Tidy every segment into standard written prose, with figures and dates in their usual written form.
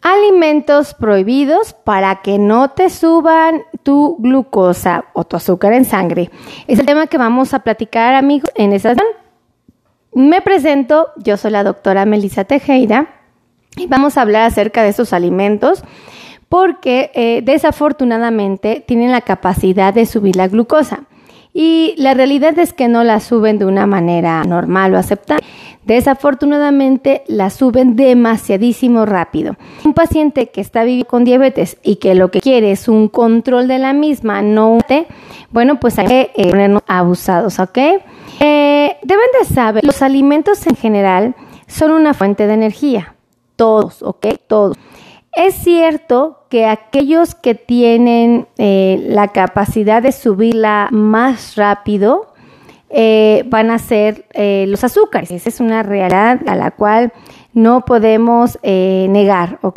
Alimentos prohibidos para que no te suban tu glucosa o tu azúcar en sangre. Es el tema que vamos a platicar, amigos, en esta sesión. Me presento, yo soy la doctora Melissa Tejeda y vamos a hablar acerca de estos alimentos porque desafortunadamente tienen la capacidad de subir la glucosa. Y la realidad es que no la suben de una manera normal o aceptable. Desafortunadamente la suben demasiadísimo rápido. Un paciente que está viviendo con diabetes y que lo que quiere es un control de la misma, bueno, pues hay que ponernos abusados, ¿ok? Deben de saber, los alimentos en general son una fuente de energía. Todos, ¿ok? Todos. Es cierto que aquellos que tienen la capacidad de subirla más rápido van a ser los azúcares. Esa es una realidad a la cual no podemos negar, ¿ok?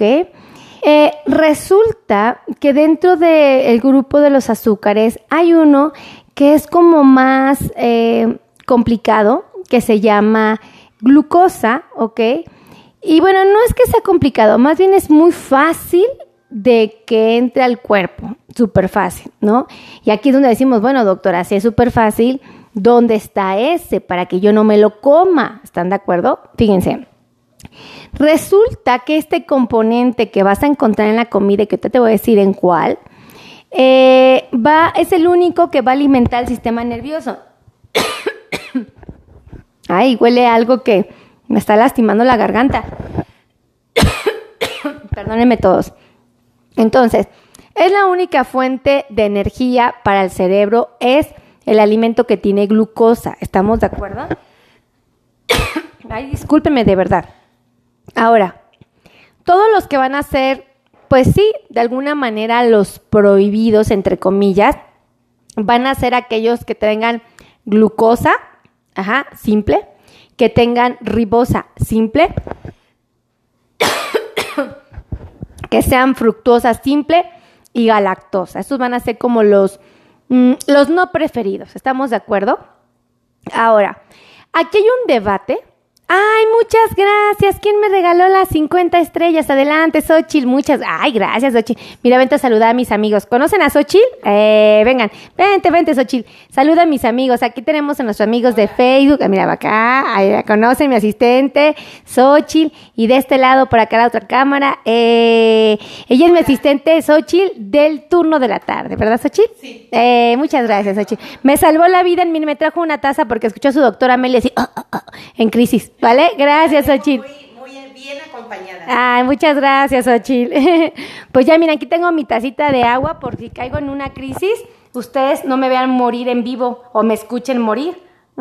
Resulta que dentro del grupo de los azúcares hay uno que es como más complicado, que se llama glucosa, ¿ok? Y bueno, no es que sea complicado, más bien es muy fácil de que entre al cuerpo, súper fácil, ¿no? Y aquí es donde decimos, bueno, doctora, si es súper fácil, ¿dónde está ese para que yo no me lo coma? ¿Están de acuerdo? Fíjense, resulta que este componente que vas a encontrar en la comida, y que te voy a decir en cuál, es el único que va a alimentar el sistema nervioso. Ay, huele a algo que me está lastimando la garganta. Perdónenme todos. Entonces, es la única fuente de energía para el cerebro, es el alimento que tiene glucosa. ¿Estamos de acuerdo? Ay, discúlpenme de verdad. Ahora, todos los que van a ser, pues sí, de alguna manera los prohibidos, entre comillas, van a ser aquellos que tengan glucosa, simple, que tengan ribosa simple, que sean fructosa simple y galactosa. Estos van a ser como los no preferidos. ¿Estamos de acuerdo? Ahora, aquí hay un debate. ¡Ay, muchas gracias! ¿Quién me regaló las 50 estrellas? Adelante, Xochitl. Ay, gracias, Xochitl. Mira, vente a saludar a mis amigos. ¿Conocen a Xochitl? Vengan. Vente, Xochitl. Saluda a mis amigos. Aquí tenemos a nuestros amigos de Facebook. Mira, acá. Ahí la conocen, mi asistente, Xochitl. Y de este lado, por acá, la otra cámara. Ella es mi asistente, Xochitl, del turno de la tarde. ¿Verdad, Xochitl? Sí. Muchas gracias, Xochitl. Me salvó la vida. Me trajo una taza porque escuchó a su doctora Amelia así, en crisis. ¿Vale? Gracias, Xochitl. Muy bien acompañada. Ay, muchas gracias, Xochitl. Pues ya, mira, aquí tengo mi tacita de agua por si caigo en una crisis, ustedes no me vean morir en vivo o me escuchen morir.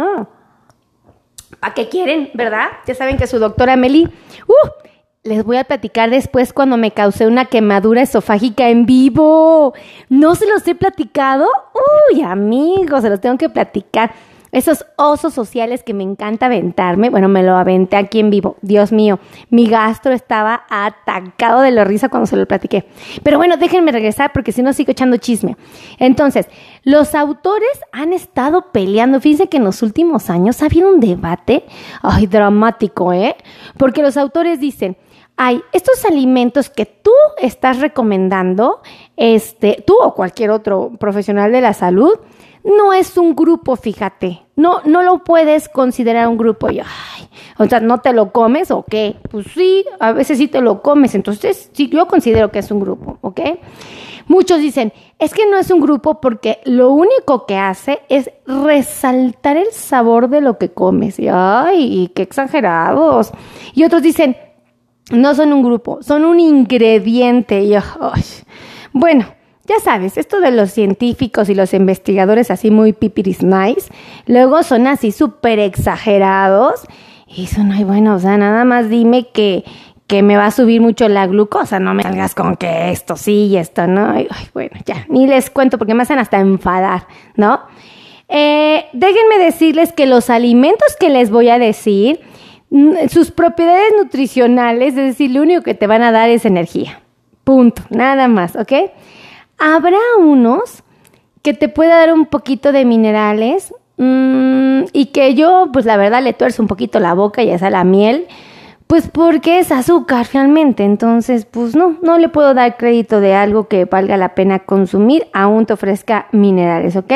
¿Para qué quieren, verdad? Ya saben que su doctora Meli, les voy a platicar después cuando me causé una quemadura esofágica en vivo. ¿No se los he platicado? Uy, amigos, se los tengo que platicar. Esos osos sociales que me encanta aventarme, bueno, me lo aventé aquí en vivo. Dios mío, mi gastro estaba atacado de la risa cuando se lo platiqué. Pero bueno, déjenme regresar porque si no sigo echando chisme. Entonces, los autores han estado peleando. Fíjense que en los últimos años ha habido un debate, dramático, porque los autores dicen, estos alimentos que tú estás recomendando, tú o cualquier otro profesional de la salud, no es un grupo, fíjate. No lo puedes considerar un grupo. O sea, ¿no te lo comes o qué? Pues sí, a veces sí te lo comes. Entonces, sí, yo considero que es un grupo, ¿ok? Muchos dicen, es que no es un grupo porque lo único que hace es resaltar el sabor de lo que comes. ¡Ay, qué exagerados! Y otros dicen, no son un grupo, son un ingrediente. Bueno, ya sabes, esto de los científicos y los investigadores así muy pipiris nice, luego son así súper exagerados. Y eso no hay bueno, o sea, nada más dime que me va a subir mucho la glucosa, no me salgas con que esto sí y esto no. Bueno, ya, ni les cuento porque me hacen hasta enfadar, ¿no? Déjenme decirles que los alimentos que les voy a decir, sus propiedades nutricionales, es decir, lo único que te van a dar es energía. Punto, nada más, ¿ok? Habrá unos que te pueda dar un poquito de minerales y que yo, pues la verdad, le tuerzo un poquito la boca, ya sea la miel, Pues porque es azúcar realmente, entonces pues no le puedo dar crédito de algo que valga la pena consumir, aún te ofrezca minerales, ¿ok?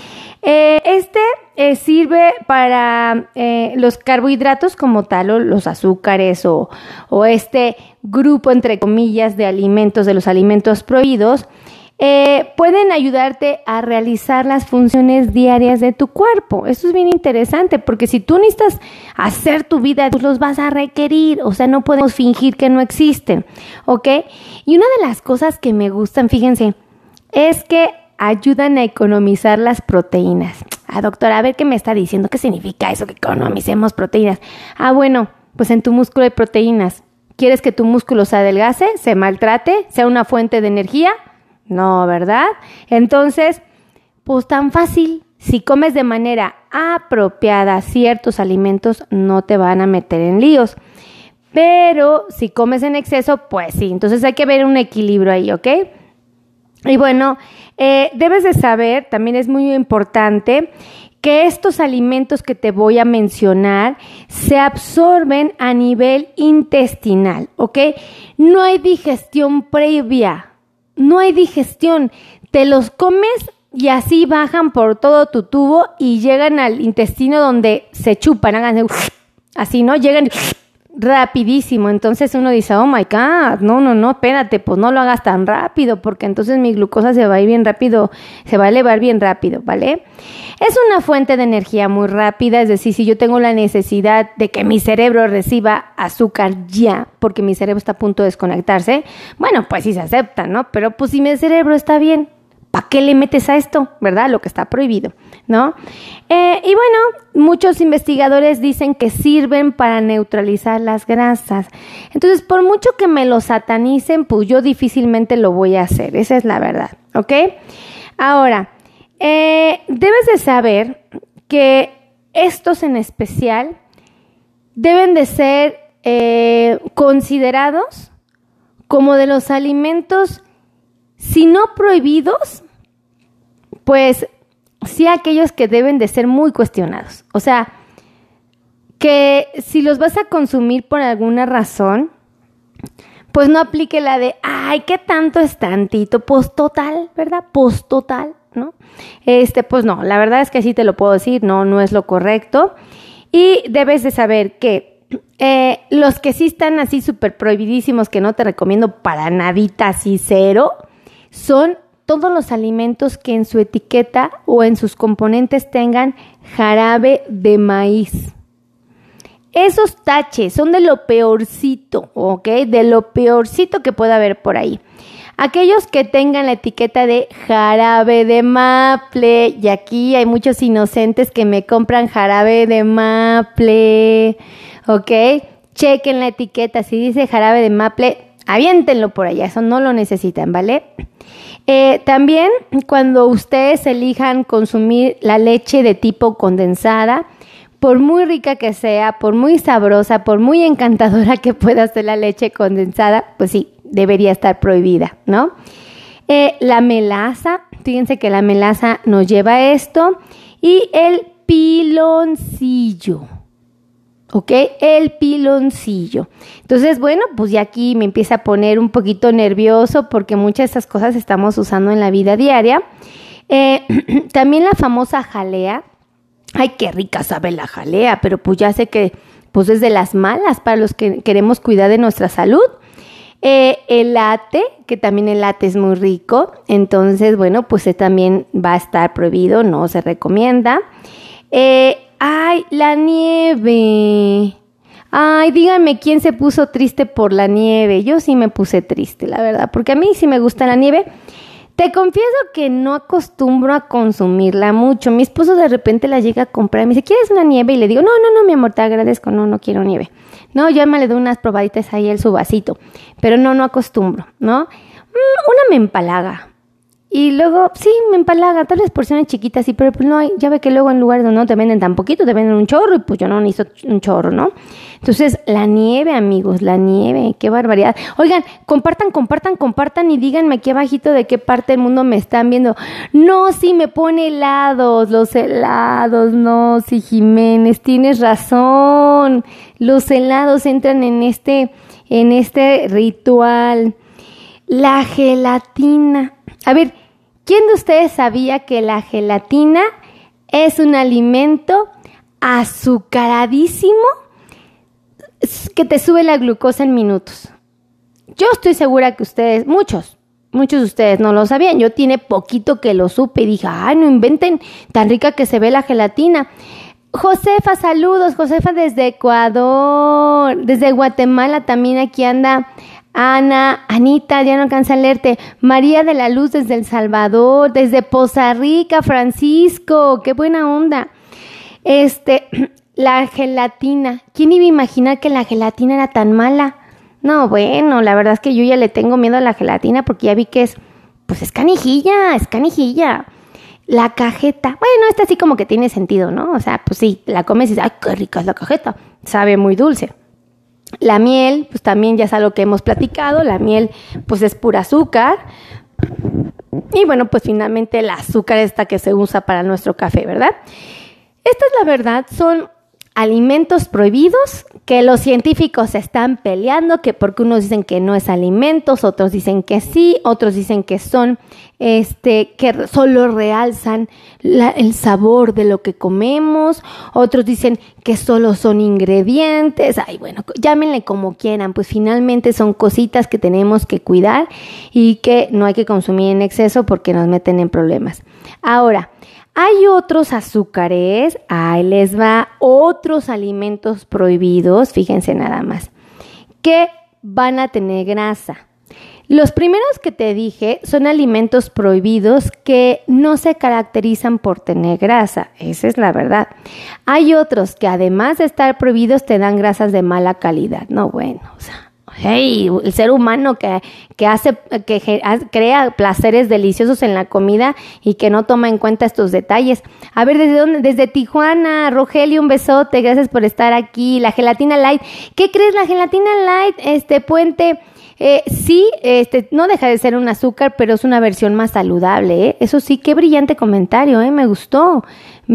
Sirve para los carbohidratos como tal, o los azúcares, o este grupo entre comillas de alimentos, de los alimentos prohibidos. Pueden ayudarte a realizar las funciones diarias de tu cuerpo. Esto es bien interesante porque si tú necesitas hacer tu vida, tú los vas a requerir. O sea, no podemos fingir que no existen, ¿ok? Y una de las cosas que me gustan, fíjense, es que ayudan a economizar las proteínas. Doctora, a ver qué me está diciendo. ¿Qué significa eso que economicemos proteínas? Bueno, pues en tu músculo hay proteínas. ¿Quieres que tu músculo se adelgace, se maltrate, sea una fuente de energía? No, ¿verdad? Entonces, pues tan fácil. Si comes de manera apropiada ciertos alimentos, no te van a meter en líos. Pero si comes en exceso, pues sí. Entonces hay que ver un equilibrio ahí, ¿ok? Y bueno, debes de saber, también es muy importante, que estos alimentos que te voy a mencionar se absorben a nivel intestinal, ¿ok? No hay digestión previa. No hay digestión, te los comes y así bajan por todo tu tubo y llegan al intestino donde se chupan, hagan así, ¿no? Llegan rapidísimo, entonces uno dice, oh my God, no, espérate, pues no lo hagas tan rápido porque entonces mi glucosa se va a ir bien rápido, se va a elevar bien rápido, ¿vale? Es una fuente de energía muy rápida, es decir, si yo tengo la necesidad de que mi cerebro reciba azúcar ya, porque mi cerebro está a punto de desconectarse, bueno, pues sí se acepta, ¿no? Pero pues si mi cerebro está bien, ¿para qué le metes a esto? ¿Verdad? Lo que está prohibido, ¿no? Y bueno, muchos investigadores dicen que sirven para neutralizar las grasas. Entonces, por mucho que me lo satanicen, pues yo difícilmente lo voy a hacer. Esa es la verdad, ¿ok? Ahora, debes de saber que estos en especial deben de ser considerados como de los alimentos, si no prohibidos, pues sí aquellos que deben de ser muy cuestionados. O sea, que si los vas a consumir por alguna razón, pues no aplique la de, ay, ¿qué tanto es tantito? Pues total, ¿verdad? Pues total, ¿no? Pues no, la verdad es que así te lo puedo decir, no es lo correcto. Y debes de saber que los que sí están así súper prohibidísimos, que no te recomiendo para nadita, así cero, son todos los alimentos que en su etiqueta o en sus componentes tengan jarabe de maíz. Esos taches son de lo peorcito, ¿ok? De lo peorcito que pueda haber por ahí. Aquellos que tengan la etiqueta de jarabe de maple, y aquí hay muchos inocentes que me compran jarabe de maple, ¿ok? Chequen la etiqueta, si dice jarabe de maple, aviéntenlo por allá, eso no lo necesitan, ¿vale? También cuando ustedes elijan consumir la leche de tipo condensada, por muy rica que sea, por muy sabrosa, por muy encantadora que pueda ser la leche condensada, pues sí, debería estar prohibida, ¿no? La melaza, fíjense que la melaza nos lleva a esto, y el piloncillo. ¿Ok? El piloncillo. Entonces, bueno, pues ya aquí me empieza a poner un poquito nervioso porque muchas de estas cosas estamos usando en la vida diaria. También la famosa jalea. Ay, qué rica sabe la jalea, pero pues ya sé que pues es de las malas para los que queremos cuidar de nuestra salud. El latte, que también el latte es muy rico. Entonces, bueno, pues también va a estar prohibido, no se recomienda. Ay, la nieve. Ay, díganme quién se puso triste por la nieve. Yo sí me puse triste, la verdad, porque a mí sí me gusta la nieve. Te confieso que no acostumbro a consumirla mucho. Mi esposo de repente la llega a comprar y me dice, ¿quieres una nieve? Y le digo, no, mi amor, te agradezco, no quiero nieve. No, yo me le doy unas probaditas ahí en su vasito, pero no acostumbro, ¿no? Una me empalaga. Y luego, sí, me empalaga, tal vez porciones chiquitas, sí, pero pues no hay, ya ve que luego en lugares donde no te venden tan poquito, te venden un chorro y pues yo no necesito un chorro, ¿no? Entonces, la nieve, amigos, la nieve, qué barbaridad. Oigan, compartan y díganme aquí abajito de qué parte del mundo me están viendo. No, sí, me pone helados, los helados, no, sí, Jiménez, tienes razón. Los helados entran en este ritual. La gelatina. A ver, ¿quién de ustedes sabía que la gelatina es un alimento azucaradísimo que te sube la glucosa en minutos? Yo estoy segura que ustedes, muchos de ustedes no lo sabían. Yo tiene poquito que lo supe y dije, ay, no inventen, tan rica que se ve la gelatina. Josefa, saludos, Josefa desde Ecuador, desde Guatemala también aquí anda Ana, Anita, ya no alcanza a leerte, María de la Luz desde El Salvador, desde Poza Rica, Francisco, qué buena onda. La gelatina, ¿quién iba a imaginar que la gelatina era tan mala? No, bueno, la verdad es que yo ya le tengo miedo a la gelatina porque ya vi que es canijilla, es canijilla. La cajeta, bueno, esta sí como que tiene sentido, ¿no? O sea, pues sí, la comes y dices, ay, qué rica es la cajeta, sabe muy dulce. La miel, pues también ya es algo que hemos platicado, la miel pues es pura azúcar. Y bueno, pues finalmente el azúcar esta que se usa para nuestro café, ¿verdad? Esta es la verdad, son alimentos prohibidos que los científicos están peleando, que porque unos dicen que no es alimentos, otros dicen que sí, otros dicen que son, que solo realzan el sabor de lo que comemos, otros dicen que solo son ingredientes, ay bueno, llámenle como quieran, pues finalmente son cositas que tenemos que cuidar y que no hay que consumir en exceso porque nos meten en problemas. Ahora, hay otros azúcares, ahí les va, otros alimentos prohibidos, fíjense nada más, que van a tener grasa. Los primeros que te dije son alimentos prohibidos que no se caracterizan por tener grasa, esa es la verdad. Hay otros que además de estar prohibidos te dan grasas de mala calidad, no bueno, o sea. Hey, el ser humano que crea placeres deliciosos en la comida y que no toma en cuenta estos detalles. A ver, ¿desde dónde? Desde Tijuana, Rogelio, un besote, gracias por estar aquí. La gelatina light, ¿qué crees? La gelatina light, Puente, sí, no deja de ser un azúcar, pero es una versión más saludable, ¿eh? Eso sí, qué brillante comentario, me gustó.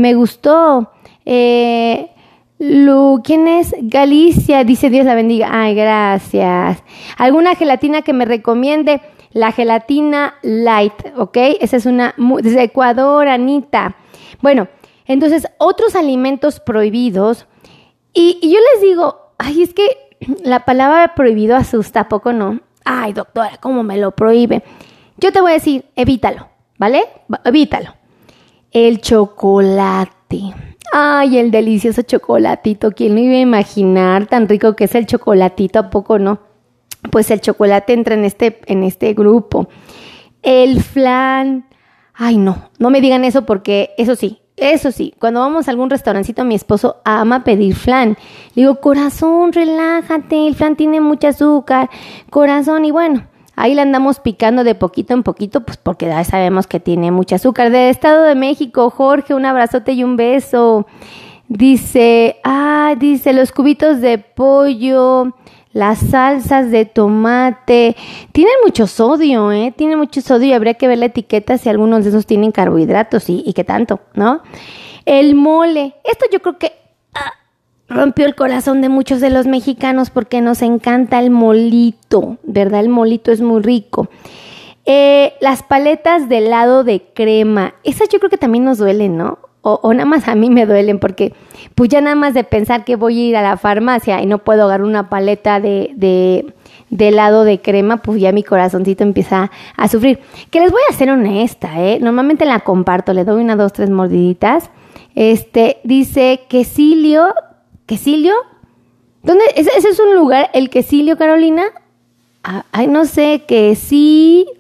¿Quién es? Galicia, dice Dios la bendiga. Ay, gracias. ¿Alguna gelatina que me recomiende? La gelatina light, ¿ok? Esa es desde Ecuador, Anita. Bueno, entonces, otros alimentos prohibidos. Y yo les digo, ay, es que la palabra prohibido asusta, ¿a poco no? Ay, doctora, ¿cómo me lo prohíbe? Yo te voy a decir, evítalo, ¿vale? Evítalo. El chocolate. Ay, el delicioso chocolatito, ¿quién lo iba a imaginar? Tan rico que es el chocolatito, ¿a poco no? Pues el chocolate entra en este grupo. El flan, ay no me digan eso porque eso sí, cuando vamos a algún restaurancito mi esposo ama pedir flan. Le digo, corazón, relájate, el flan tiene mucho azúcar, corazón, y bueno, ahí le andamos picando de poquito en poquito, pues porque ya sabemos que tiene mucho azúcar. Del Estado de México, Jorge, un abrazote y un beso. Dice, los cubitos de pollo, las salsas de tomate, tienen mucho sodio, tienen mucho sodio y habría que ver la etiqueta si algunos de esos tienen carbohidratos y qué tanto, ¿no? El mole, esto yo creo que rompió el corazón de muchos de los mexicanos porque nos encanta el molito, ¿verdad? El molito es muy rico. Las paletas de helado de crema, esas yo creo que también nos duelen, ¿no? O nada más a mí me duelen porque pues ya nada más de pensar que voy a ir a la farmacia y no puedo agarrar una paleta de helado de crema, pues ya mi corazoncito empieza a sufrir. Que les voy a ser honesta, normalmente la comparto, le doy 1, 2, 3 mordiditas. Dice quesilio. ¿Dónde? ¿Ese es un lugar? ¿El quesilio, Carolina? Ay, no sé, quesillo.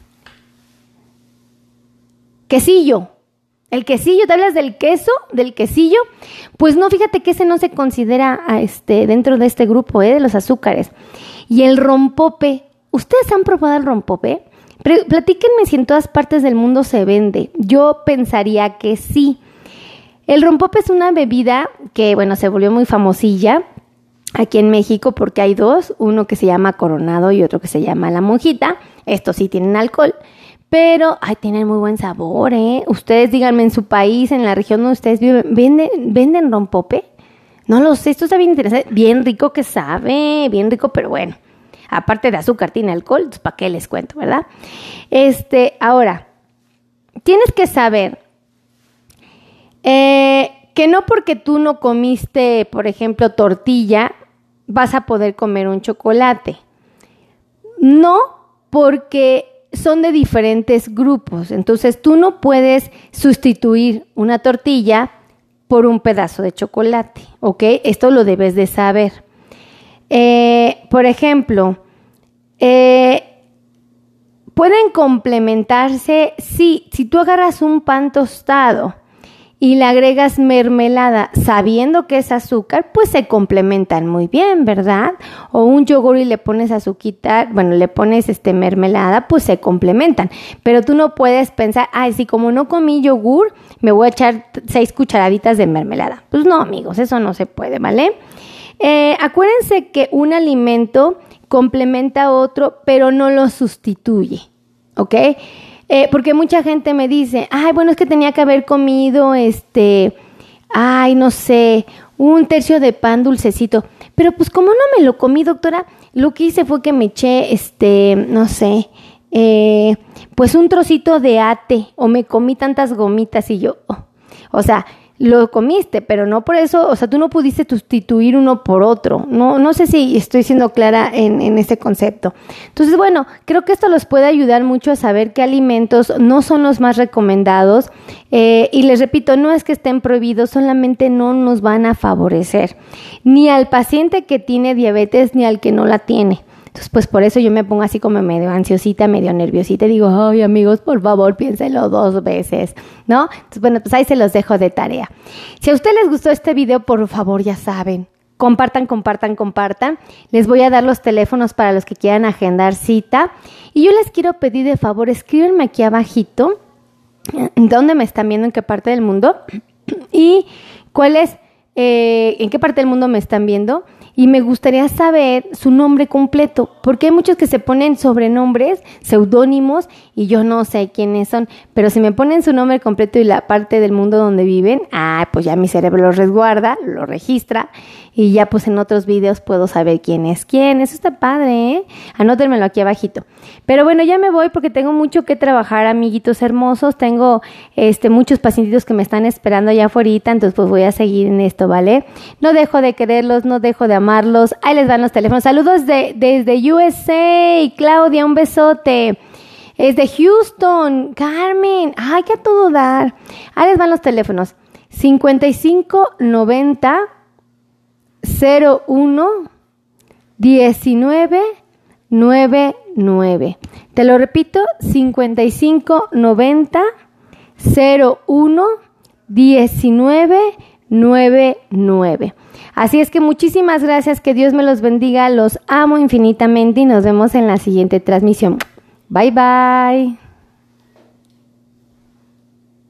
El quesillo, ¿te hablas del queso? ¿Del quesillo? Pues no, fíjate que ese no se considera dentro de este grupo, de los azúcares. Y el rompope, ¿ustedes han probado el rompope? Platíquenme si en todas partes del mundo se vende. Yo pensaría que sí. El rompope es una bebida que, bueno, se volvió muy famosilla aquí en México porque hay dos, uno que se llama Coronado y otro que se llama La Monjita. Estos sí tienen alcohol, pero tienen muy buen sabor, ¿eh? Ustedes díganme, en su país, en la región donde ustedes viven, ¿venden rompope? No lo sé, esto está bien interesante, bien rico que sabe, bien rico, pero bueno, aparte de azúcar tiene alcohol, pues ¿para qué les cuento, verdad? Ahora, tienes que saber que no porque tú no comiste, por ejemplo, tortilla, vas a poder comer un chocolate. No, porque son de diferentes grupos. Entonces, tú no puedes sustituir una tortilla por un pedazo de chocolate, ¿ok? Esto lo debes de saber. Por ejemplo, pueden complementarse, sí, si tú agarras un pan tostado y le agregas mermelada sabiendo que es azúcar, pues se complementan muy bien, ¿verdad? O un yogur y le pones azuquita, bueno, le pones mermelada, pues se complementan. Pero tú no puedes pensar, si como no comí yogur, me voy a echar 6 cucharaditas de mermelada. Pues no, amigos, eso no se puede, ¿vale? Acuérdense que un alimento complementa a otro, pero no lo sustituye, ¿ok? Porque mucha gente me dice, bueno, es que tenía que haber comido, no sé, un tercio de pan dulcecito. Pero pues como no me lo comí, doctora, lo que hice fue que me eché, no sé, pues un trocito de ate, o me comí tantas gomitas y yo, o sea, lo comiste, pero no por eso, o sea, tú no pudiste sustituir uno por otro. No sé si estoy siendo clara en este concepto. Entonces, bueno, creo que esto los puede ayudar mucho a saber qué alimentos no son los más recomendados. Y les repito, no es que estén prohibidos, solamente no nos van a favorecer. Ni al paciente que tiene diabetes, ni al que no la tiene. Entonces, pues por eso yo me pongo así como medio ansiosita, medio nerviosita y digo, amigos, por favor, piénsenlo 2 veces, ¿no? Entonces, bueno, pues ahí se los dejo de tarea. Si a ustedes les gustó este video, por favor, ya saben, compartan. Les voy a dar los teléfonos para los que quieran agendar cita. Y yo les quiero pedir de favor, escríbanme aquí abajito, ¿dónde me están viendo? ¿En qué parte del mundo? Y ¿en qué parte del mundo me están viendo? Y me gustaría saber su nombre completo, porque hay muchos que se ponen sobrenombres, seudónimos, y yo no sé quiénes son. Pero si me ponen su nombre completo y la parte del mundo donde viven, pues ya mi cerebro lo resguarda, lo registra, y ya pues en otros videos puedo saber quién es quién. Eso está padre, ¿eh? Anótenmelo aquí abajito. Pero bueno, ya me voy porque tengo mucho que trabajar, amiguitos hermosos. Tengo muchos pacientitos que me están esperando allá afuera, entonces pues voy a seguir en esto, ¿vale? No dejo de quererlos, no dejo de amarlos. Ahí les van los teléfonos. Saludos desde USA, Claudia, un besote. Es de Houston, Carmen. Que a todo dar. Ahí les van los teléfonos. 5590 01 19 99. Te lo repito, 5590 01 19 99. Así es que muchísimas gracias, que Dios me los bendiga, los amo infinitamente y nos vemos en la siguiente transmisión. Bye bye.